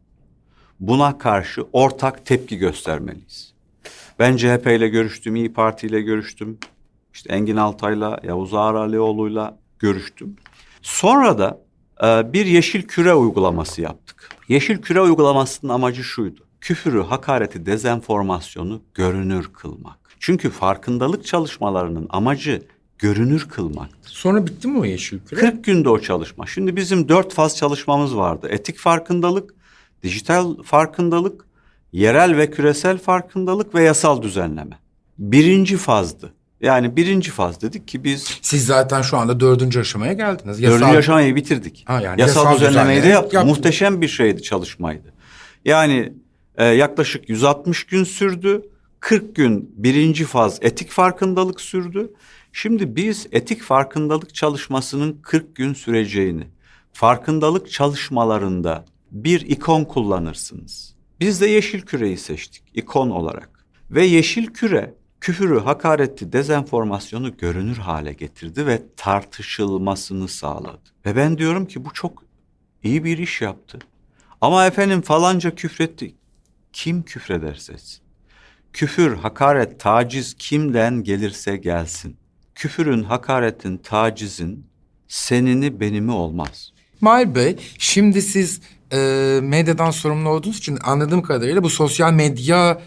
buna karşı ortak tepki göstermeliyiz. Ben CHP ile görüştüm, İyi Parti ile görüştüm. İşte Engin Altay'la, Yavuz Ağaralioğlu'yla görüştüm. Sonra da bir yeşil küre uygulaması yaptık. Yeşil küre uygulamasının amacı şuydu. Küfürü, hakareti, dezenformasyonu görünür kılmak. Çünkü farkındalık çalışmalarının amacı görünür kılmaktır. Sonra bitti mi o yeşil küre? 40 günde o çalışma. Şimdi bizim 4 faz çalışmamız vardı. Etik farkındalık, dijital farkındalık, yerel ve küresel farkındalık ve yasal düzenleme. Birinci fazdı. Yani birinci faz dedik ki biz... Siz zaten şu anda 4. aşamaya geldiniz. 4. aşamayı bitirdik. Yani yasal düzenlemeyi de yaptık. yaptınız. Muhteşem bir şeydi, çalışmaydı. Yani yaklaşık 160 gün sürdü. 40 gün birinci faz etik farkındalık sürdü. Şimdi biz etik farkındalık çalışmasının 40 gün süreceğini, farkındalık çalışmalarında bir ikon kullanırsınız. Biz de yeşil küreyi seçtik ikon olarak. Ve yeşil küre küfürü, hakareti, dezenformasyonu görünür hale getirdi ve tartışılmasını sağladı. Ve ben diyorum ki bu çok iyi bir iş yaptı. Ama efendim falanca küfretti. Kim küfrederse etsin. Küfür, hakaret, taciz kimden gelirse gelsin. Küfürün, hakaretin, tacizin senini benimi olmaz. Mahir Bey, şimdi siz medyadan sorumlu olduğunuz için anladığım kadarıyla bu sosyal medya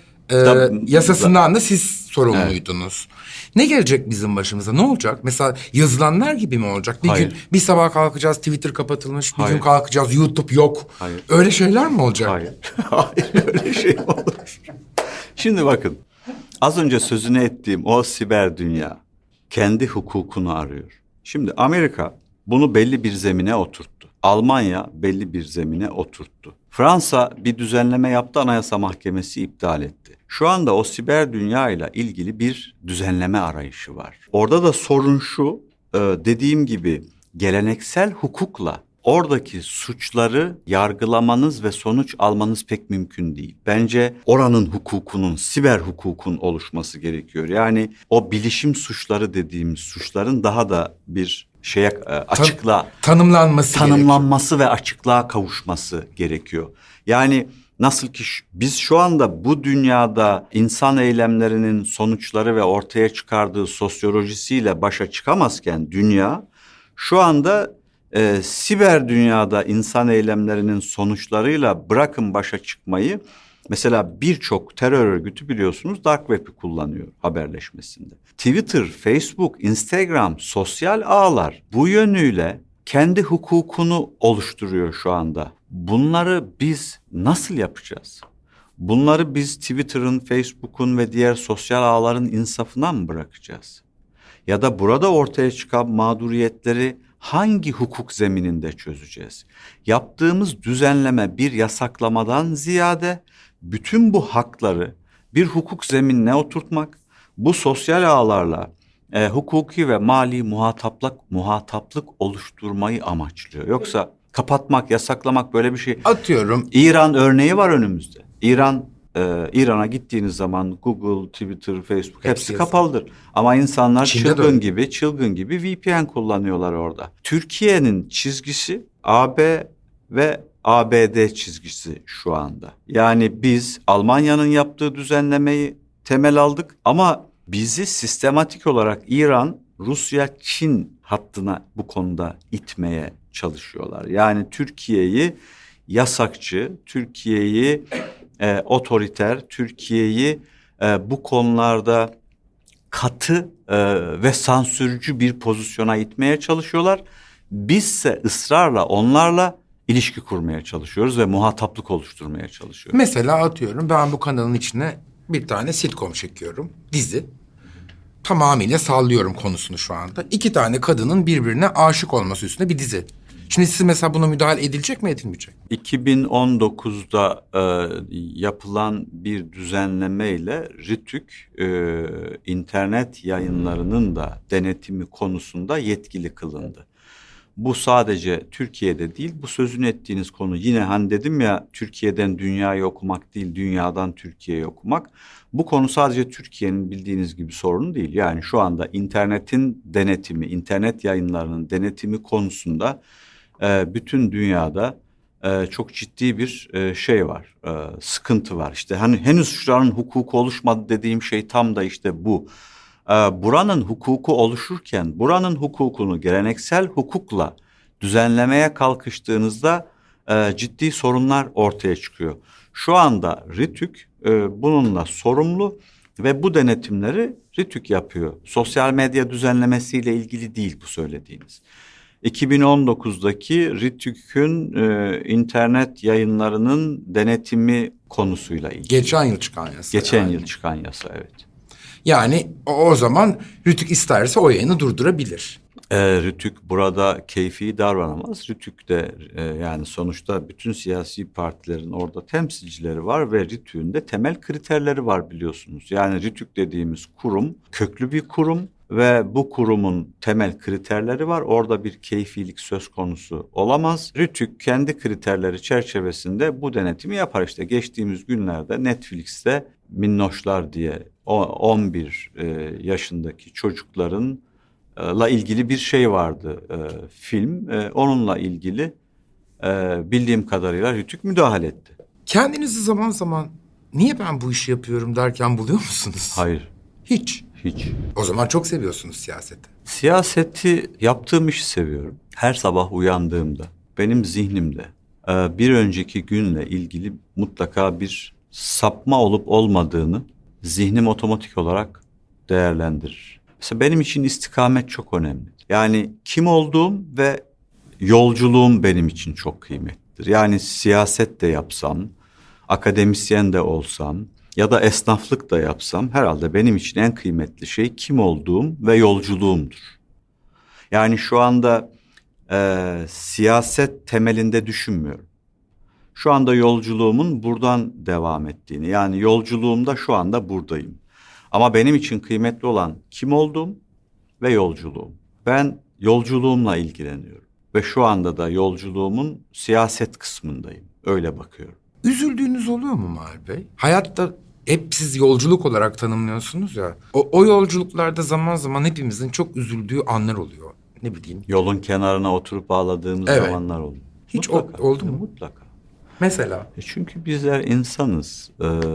yasasından da siz sorumluydunuz. Evet. Ne gelecek bizim başımıza? Ne olacak? Mesela yazılanlar gibi mi olacak? Bir gün bir sabah kalkacağız Twitter kapatılmış, bir gün kalkacağız YouTube yok. Hayır. Öyle şeyler mi olacak? Hayır. Hayır, öyle şey olur. Şimdi bakın, az önce sözünü ettiğim o siber dünya kendi hukukunu arıyor. Şimdi Amerika bunu belli bir zemine oturttu. Almanya belli bir zemine oturttu. Fransa bir düzenleme yaptı, Anayasa Mahkemesi iptal etti. Şu anda o siber dünya ile ilgili bir düzenleme arayışı var. Orada da sorun şu, dediğim gibi geleneksel hukukla oradaki suçları yargılamanız ve sonuç almanız pek mümkün değil. Bence oranın hukukunun, siber hukukun oluşması gerekiyor. Yani o bilişim suçları dediğimiz suçların daha da bir tanımlanması ve açıklığa kavuşması gerekiyor. Yani nasıl ki biz şu anda bu dünyada insan eylemlerinin sonuçları ve ortaya çıkardığı sosyolojisiyle başa çıkamazken dünya şu anda siber dünyada insan eylemlerinin sonuçlarıyla bırakın başa çıkmayı, mesela birçok terör örgütü biliyorsunuz dark web'i kullanıyor haberleşmesinde. Twitter, Facebook, Instagram, sosyal ağlar bu yönüyle kendi hukukunu oluşturuyor şu anda. Bunları biz nasıl yapacağız? Bunları biz Twitter'ın, Facebook'un ve diğer sosyal ağların insafına mı bırakacağız? Ya da burada ortaya çıkan mağduriyetleri hangi hukuk zemininde çözeceğiz? Yaptığımız düzenleme bir yasaklamadan ziyade bütün bu hakları bir hukuk zeminine oturtmak, bu sosyal ağlarla hukuki ve mali muhataplık oluşturmayı amaçlıyor. Yoksa kapatmak, yasaklamak böyle bir şey. Atıyorum. İran örneği var önümüzde. İran'a gittiğiniz zaman Google, Twitter, Facebook hepsi kapalıdır. Ama insanlar çılgın gibi VPN kullanıyorlar orada. Türkiye'nin çizgisi AB ve ABD çizgisi şu anda. Yani biz Almanya'nın yaptığı düzenlemeyi temel aldık ama bizi sistematik olarak İran, Rusya, Çin hattına bu konuda itmeye çalışıyorlar. Yani Türkiye'yi yasakçı, Türkiye'yi otoriter, Türkiye'yi bu konularda katı ve sansürcü bir pozisyona itmeye çalışıyorlar. Bizse ısrarla onlarla ilişki kurmaya çalışıyoruz ve muhataplık oluşturmaya çalışıyoruz. Mesela atıyorum ben bu kanalın içine bir tane sitcom çekiyorum, dizi. Tamamıyla sallıyorum konusunu şu anda. 2 tane kadının birbirine aşık olması üstüne bir dizi. Şimdi siz mesela buna müdahale edilecek mi, edilmeyecek mi? 2019'da yapılan bir düzenlemeyle RTÜK internet yayınlarının da denetimi konusunda yetkili kılındı. Bu sadece Türkiye'de değil, bu sözünü ettiğiniz konu yine hani dedim ya Türkiye'den dünyayı okumak değil, dünyadan Türkiye'yi okumak. Bu konu sadece Türkiye'nin bildiğiniz gibi sorunu değil. Yani şu anda internetin denetimi, internet yayınlarının denetimi konusunda bütün dünyada çok ciddi bir şey var, sıkıntı var. İşte hani henüz şuranın hukuku oluşmadı dediğim şey tam da işte bu. Buranın hukuku oluşurken buranın hukukunu geleneksel hukukla düzenlemeye kalkıştığınızda ciddi sorunlar ortaya çıkıyor. Şu anda RTÜK bununla sorumlu ve bu denetimleri RTÜK yapıyor. Sosyal medya düzenlemesiyle ilgili değil bu söylediğiniz. 2019'daki RTÜK'ün internet yayınlarının denetimi konusuyla ilgili. Geçen yıl çıkan yasa. Geçen yıl çıkan yasa, evet. Yani o zaman RTÜK isterse o yayını durdurabilir. RTÜK burada keyfi davranamaz. RTÜK de yani sonuçta bütün siyasi partilerin orada temsilcileri var ve RTÜK'ün de temel kriterleri var biliyorsunuz. Yani RTÜK dediğimiz kurum köklü bir kurum ve bu kurumun temel kriterleri var. Orada bir keyfilik söz konusu olamaz. RTÜK kendi kriterleri çerçevesinde bu denetimi yapar. İşte geçtiğimiz günlerde Netflix'te Minnoşlar diye 11 yaşındaki çocukların ilgili bir şey vardı, film. Onunla ilgili bildiğim kadarıyla RTÜK müdahale etti. Kendinizi zaman zaman niye ben bu işi yapıyorum derken buluyor musunuz? Hayır. Hiç. O zaman çok seviyorsunuz siyaseti. Siyaseti, yaptığım işi seviyorum. Her sabah uyandığımda benim zihnimde bir önceki günle ilgili mutlaka bir sapma olup olmadığını zihnim otomatik olarak değerlendirir. Mesela benim için istikamet çok önemli. Yani kim olduğum ve yolculuğum benim için çok kıymetlidir. Yani siyaset de yapsam, akademisyen de olsam ya da esnaflık da yapsam herhalde benim için en kıymetli şey kim olduğum ve yolculuğumdur. Yani şu anda siyaset temelinde düşünmüyorum. Şu anda yolculuğumun buradan devam ettiğini, yani yolculuğumda şu anda buradayım. Ama benim için kıymetli olan kim olduğum ve yolculuğum. Ben yolculuğumla ilgileniyorum ve şu anda da yolculuğumun siyaset kısmındayım. Öyle bakıyorum. Üzüldüğünüz oluyor mu Mahir Bey? Hayatta hep siz yolculuk olarak tanımlıyorsunuz ya. O yolculuklarda zaman zaman hepimizin çok üzüldüğü anlar oluyor. Ne bileyim. Yolun kenarına oturup ağladığımız Evet. zamanlar oluyor. Hiç Mutlaka, oldu mu? Mutlaka. Mesela. Çünkü bizler insanız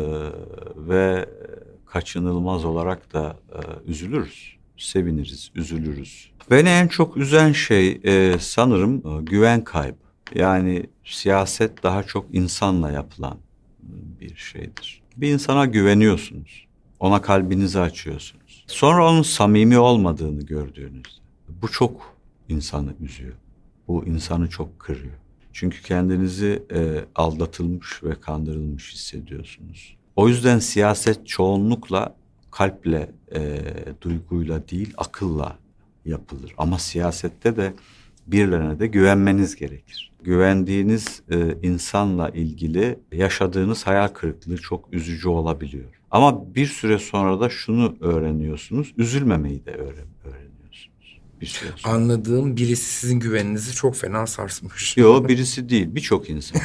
ve kaçınılmaz olarak da üzülürüz, seviniriz, üzülürüz. Beni en çok üzen şey sanırım güven kaybı. Yani siyaset daha çok insanla yapılan bir şeydir. Bir insana güveniyorsunuz, ona kalbinizi açıyorsunuz. Sonra onun samimi olmadığını gördüğünüzde bu çok insanı üzüyor. Bu insanı çok kırıyor. Çünkü kendinizi aldatılmış ve kandırılmış hissediyorsunuz. O yüzden siyaset çoğunlukla kalple, duyguyla değil, akılla yapılır. Ama siyasette de birilerine de güvenmeniz gerekir. Güvendiğiniz insanla ilgili yaşadığınız hayal kırıklığı çok üzücü olabiliyor. Ama bir süre sonra da şunu öğreniyorsunuz, üzülmemeyi de öğreniyorsunuz. Bir süre sonra. Anladığım birisi sizin güveninizi çok fena sarsmış. Yok, birisi değil, birçok insan.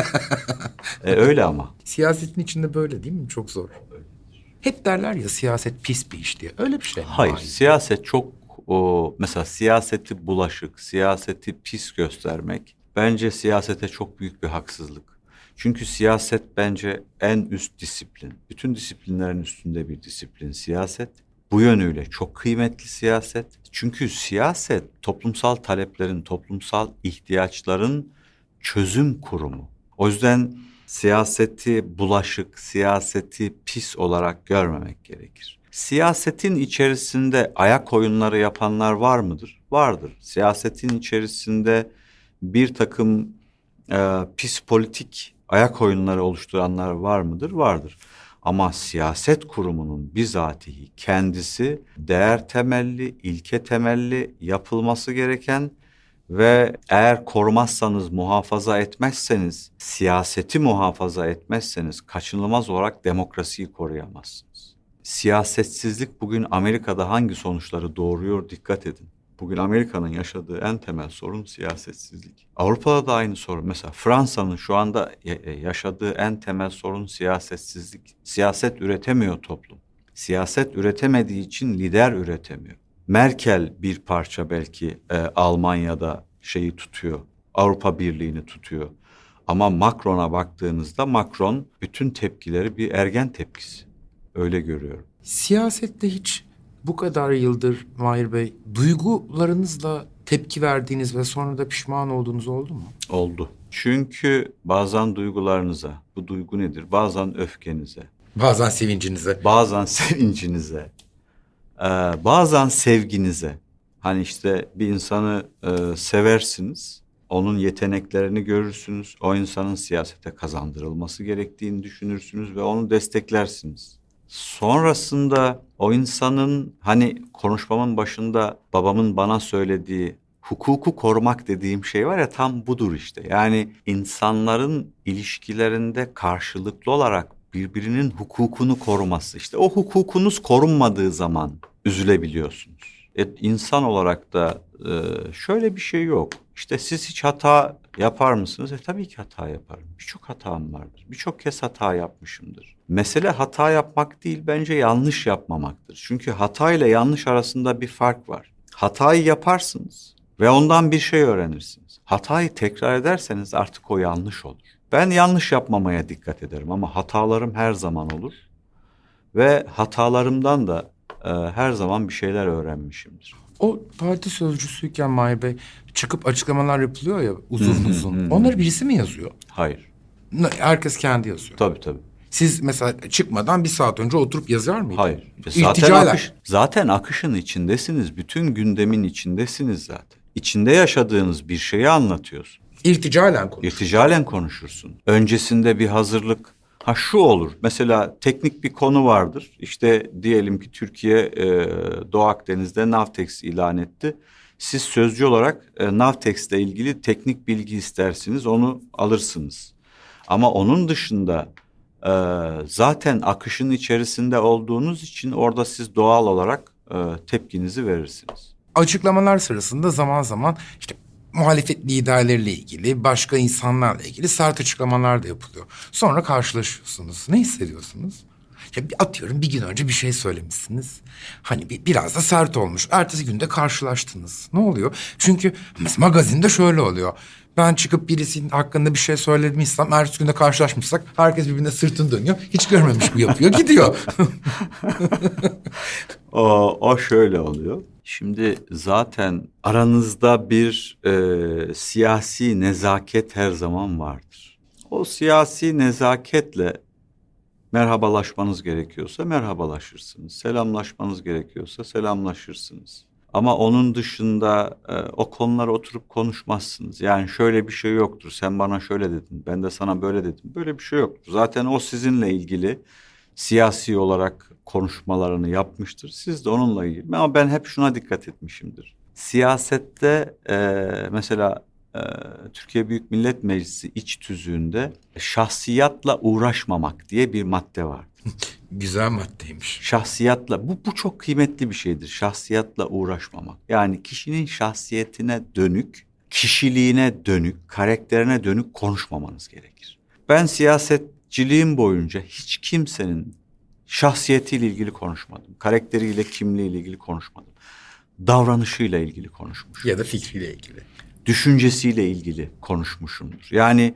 Öyle ama. Siyasetin içinde böyle değil mi? Çok zor. Hep derler ya siyaset pis bir iş diye. Öyle bir şey mi? Hayır, siyaset çok mesela siyaseti bulaşık, siyaseti pis göstermek bence siyasete çok büyük bir haksızlık. Çünkü siyaset bence en üst disiplin. Bütün disiplinlerin üstünde bir disiplin siyaset. Bu yönüyle çok kıymetli siyaset. Çünkü siyaset toplumsal taleplerin, toplumsal ihtiyaçların çözüm kurumu. O yüzden siyaseti bulaşık, siyaseti pis olarak görmemek gerekir. Siyasetin içerisinde ayak oyunları yapanlar var mıdır? Vardır. Siyasetin içerisinde bir takım pis politik ayak oyunları oluşturanlar var mıdır? Vardır. Ama siyaset kurumunun bizatihi kendisi değer temelli, ilke temelli yapılması gereken ve eğer korumazsanız, muhafaza etmezseniz, siyaseti muhafaza etmezseniz kaçınılmaz olarak demokrasiyi koruyamazsınız. Siyasetsizlik bugün Amerika'da hangi sonuçları doğuruyor dikkat edin. Bugün Amerika'nın yaşadığı en temel sorun siyasetsizlik. Avrupa'da da aynı sorun. Mesela Fransa'nın şu anda yaşadığı en temel sorun siyasetsizlik. Siyaset üretemiyor toplum. Siyaset üretemediği için lider üretemiyor. Merkel bir parça belki Almanya'da şeyi tutuyor, Avrupa Birliği'ni tutuyor. Ama Macron'a baktığınızda Macron bütün tepkileri bir ergen tepkisi. Öyle görüyorum. Siyasette hiç bu kadar yıldır Mahir Bey duygularınızla tepki verdiğiniz ve sonra da pişman olduğunuz oldu mu? Oldu. Çünkü bazen duygularınıza, bu duygu nedir? Bazen öfkenize. Bazen sevincinize. Bazen sevincinize. Bazen sevginize. Hani işte bir insanı seversiniz. Onun yeteneklerini görürsünüz. O insanın siyasete kazandırılması gerektiğini düşünürsünüz ve onu desteklersiniz. Sonrasında o insanın hani konuşmamın başında babamın bana söylediği hukuku korumak dediğim şey var ya tam budur işte. Yani insanların ilişkilerinde karşılıklı olarak birbirinin hukukunu koruması. İşte o hukukunuz korunmadığı zaman üzülebiliyorsunuz. İnsan olarak da şöyle bir şey yok. İşte siz hiç hata yapar mısınız? Tabii ki hata yaparım. Birçok hatam vardır. Birçok kez hata yapmışımdır. Mesele hata yapmak değil bence yanlış yapmamaktır. Çünkü hata ile yanlış arasında bir fark var. Hatayı yaparsınız ve ondan bir şey öğrenirsiniz. Hatayı tekrar ederseniz artık o yanlış olur. Ben yanlış yapmamaya dikkat ederim ama hatalarım her zaman olur. Ve hatalarımdan da her zaman bir şeyler öğrenmişimdir. O parti sözcüsüyken Mahir Bey çıkıp açıklamalar yapılıyor ya uzun. Onları birisi mi yazıyor? Hayır. Herkes kendi yazıyor. Tabii. Siz mesela çıkmadan bir saat önce oturup yazar mıydınız? Hayır. İrticalen. Zaten akışın içindesiniz. Bütün gündemin içindesiniz zaten. İçinde yaşadığınız bir şeyi anlatıyorsun. İrticalen konuşursun. Öncesinde bir hazırlık. Şu olur. Mesela teknik bir konu vardır. İşte diyelim ki Türkiye Doğu Akdeniz'de Navtex ilan etti. Siz sözcü olarak Navtex ile ilgili teknik bilgi istersiniz, onu alırsınız. Ama onun dışında zaten akışın içerisinde olduğunuz için orada siz doğal olarak tepkinizi verirsiniz. Açıklamalar sırasında zaman zaman işte muhalefet liderleriyle ilgili, başka insanlarla ilgili sert açıklamalar da yapılıyor. Sonra karşılaşıyorsunuz. Ne hissediyorsunuz? Ya atıyorum, bir gün önce bir şey söylemişsiniz. Hani biraz da sert olmuş. Ertesi günde karşılaştınız. Ne oluyor? Çünkü mesela magazinde şöyle oluyor. Ben çıkıp birisinin hakkında bir şey söylediysem, ertesi günde karşılaşmışsak herkes birbirine sırtını dönüyor. Hiç görmemiş bu yapıyor, gidiyor. O şöyle oluyor. Şimdi zaten aranızda bir siyasi nezaket her zaman vardır. O siyasi nezaketle merhabalaşmanız gerekiyorsa merhabalaşırsınız. Selamlaşmanız gerekiyorsa selamlaşırsınız. Ama onun dışında o konulara oturup konuşmazsınız. Yani şöyle bir şey yoktur. Sen bana şöyle dedin, ben de sana böyle dedim. Böyle bir şey yoktur. Zaten o sizinle ilgili siyasi olarak konuşmalarını yapmıştır. Siz de onunla ilgili. Ama ben hep şuna dikkat etmişimdir. Siyasette mesela Türkiye Büyük Millet Meclisi iç tüzüğünde şahsiyatla uğraşmamak diye bir madde vardır. Güzel maddeymiş. Şahsiyatla, bu çok kıymetli bir şeydir. Şahsiyatla uğraşmamak. Yani kişinin şahsiyetine dönük, kişiliğine dönük, karakterine dönük konuşmamanız gerekir. Ben siyasetçiliğim boyunca hiç kimsenin şahsiyetiyle ilgili konuşmadım. Karakteriyle, kimliğiyle ilgili konuşmadım. Davranışıyla ilgili konuşmuşum. Ya da fikriyle ilgili. Düşüncesiyle ilgili konuşmuşumdur. Yani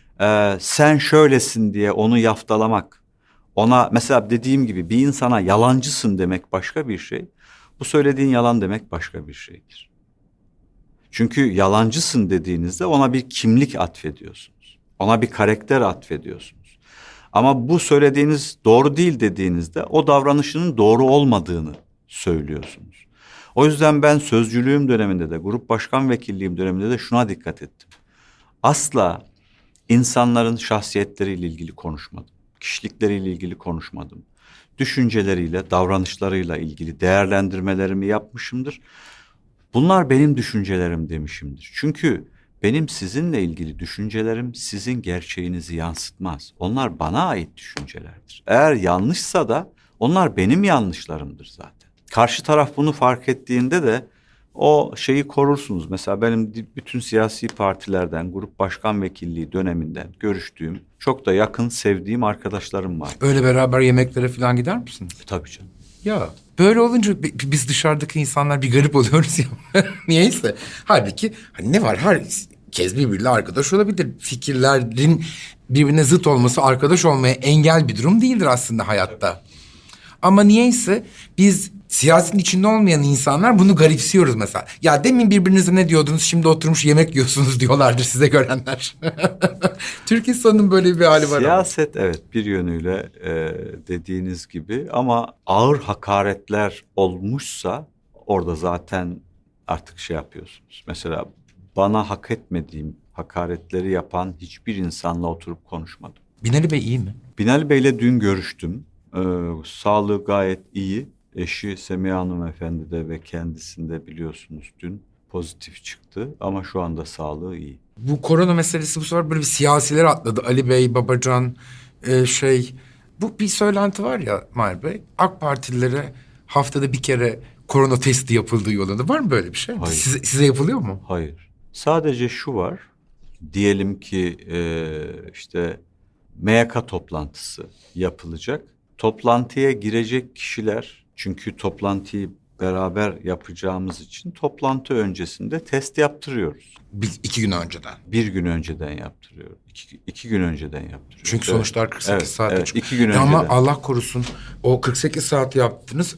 sen şöylesin diye onu yaftalamak, ona mesela dediğim gibi bir insana yalancısın demek başka bir şey. Bu söylediğin yalan demek başka bir şeydir. Çünkü yalancısın dediğinizde ona bir kimlik atfediyorsunuz. Ona bir karakter atfediyorsunuz. Ama bu söylediğiniz doğru değil dediğinizde o davranışının doğru olmadığını söylüyorsunuz. O yüzden ben sözcülüğüm döneminde de, grup başkan vekilliğim döneminde de şuna dikkat ettim. Asla insanların şahsiyetleriyle ilgili konuşmadım. Kişilikleriyle ilgili konuşmadım. Düşünceleriyle, davranışlarıyla ilgili değerlendirmelerimi yapmışımdır. Bunlar benim düşüncelerim demişimdir. Çünkü benim sizinle ilgili düşüncelerim sizin gerçeğinizi yansıtmaz. Onlar bana ait düşüncelerdir. Eğer yanlışsa da onlar benim yanlışlarımdır zaten. Karşı taraf bunu fark ettiğinde de o şeyi korursunuz. Mesela benim bütün siyasi partilerden, grup başkan vekilliği döneminden görüştüğüm, çok da yakın sevdiğim arkadaşlarım var. Öyle beraber yemeklere falan gider misiniz? Tabii canım. Ya böyle olunca biz dışarıdaki insanlar bir garip oluyoruz ya. Niyeyse. Halbuki hani ne var, herkes birbiriyle arkadaş olabilir. Fikirlerin birbirine zıt olması arkadaş olmaya engel bir durum değildir aslında hayatta. Ama niyeyse biz siyasetin içinde olmayan insanlar bunu garipsiyoruz mesela. Ya demin birbirinize ne diyordunuz, şimdi oturmuş yemek yiyorsunuz diyorlardır size görenler. Türk insanının böyle bir hali var. Siyaset evet bir yönüyle dediğiniz gibi, ama ağır hakaretler olmuşsa orada zaten artık şey yapıyorsunuz. Mesela bana hak etmediğim hakaretleri yapan hiçbir insanla oturup konuşmadım. Binali Bey iyi mi? Binali Bey'le dün görüştüm. Sağlığı gayet iyi. Eşi Semiha Hanımefendi de ve kendisinde biliyorsunuz dün pozitif çıktı ama şu anda sağlığı iyi. Bu korona meselesi bu sefer böyle bir siyasiler atladı. Ali Bey, Babacan, bu bir söylenti var ya Mahir Bey. AK Partililere haftada bir kere korona testi yapıldığı yolunda. Var mı böyle bir şey? Hayır. Size yapılıyor mu? Hayır. Sadece şu var. Diyelim ki işte MYK toplantısı yapılacak. Toplantıya girecek kişiler, çünkü toplantıyı beraber yapacağımız için toplantı öncesinde test yaptırıyoruz. Biz 2 gün önceden. Bir gün önceden yaptırıyoruz. İki gün önceden yaptırıyoruz. Çünkü sonuçlar 48 saat. Evet, 2 gün önceden. Ama Allah korusun o 48 saat yaptınız.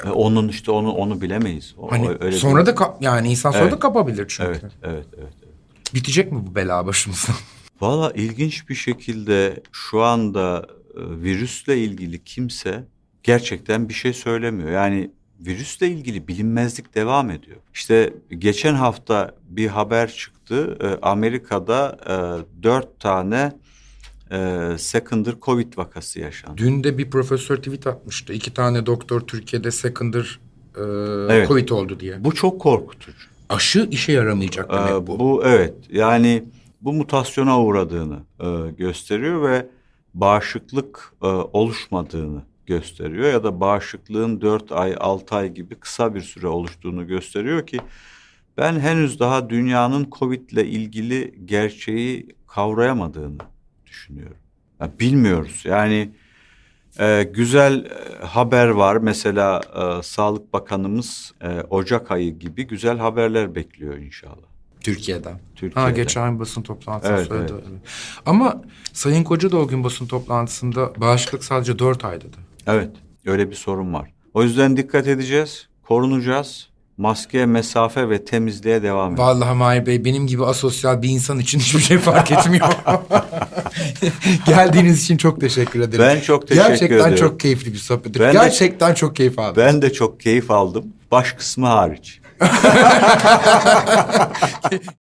Onu bilemeyiz. Hani öyle sonra değil. da yani insan sonra da kapabilir çünkü. Evet. Bitecek mi bu bela başımıza? Valla ilginç bir şekilde şu anda virüsle ilgili kimse gerçekten bir şey söylemiyor. Yani virüsle ilgili bilinmezlik devam ediyor. İşte geçen hafta bir haber çıktı. Amerika'da 4 tane secondary Covid vakası yaşandı. Dün de bir profesör tweet atmıştı. 2 tane doktor Türkiye'de secondary Evet. Covid oldu diye. Bu çok korkutucu. Aşı işe yaramayacak demek bu. Bu evet, yani bu mutasyona uğradığını gösteriyor ve bağışıklık oluşmadığını gösteriyor ya da bağışıklığın 4 ay 6 ay gibi kısa bir süre oluştuğunu gösteriyor ki ben henüz daha dünyanın Covid ile ilgili gerçeği kavrayamadığını düşünüyorum. Ya bilmiyoruz yani. Güzel haber var. Mesela Sağlık Bakanımız Ocak ayı gibi güzel haberler bekliyor inşallah. Türkiye'den. Türkiye'de. Geçen basın toplantısında Evet, söyledi. evet. Evet. Ama Sayın Koca da o gün basın toplantısında bağışıklık sadece 4 ay dedi. Evet, öyle bir sorun var. O yüzden dikkat edeceğiz, korunacağız. Maske, mesafe ve temizliğe devam edeceğiz. Vallahi Mahir Bey, benim gibi asosyal bir insan için hiçbir şey fark etmiyor. Geldiğiniz için çok teşekkür ederim. Ben çok teşekkür ederim. Gerçekten çok keyifli bir sohbet. Gerçekten çok keyif aldım. Ben de çok keyif aldım. Baş kısmı hariç.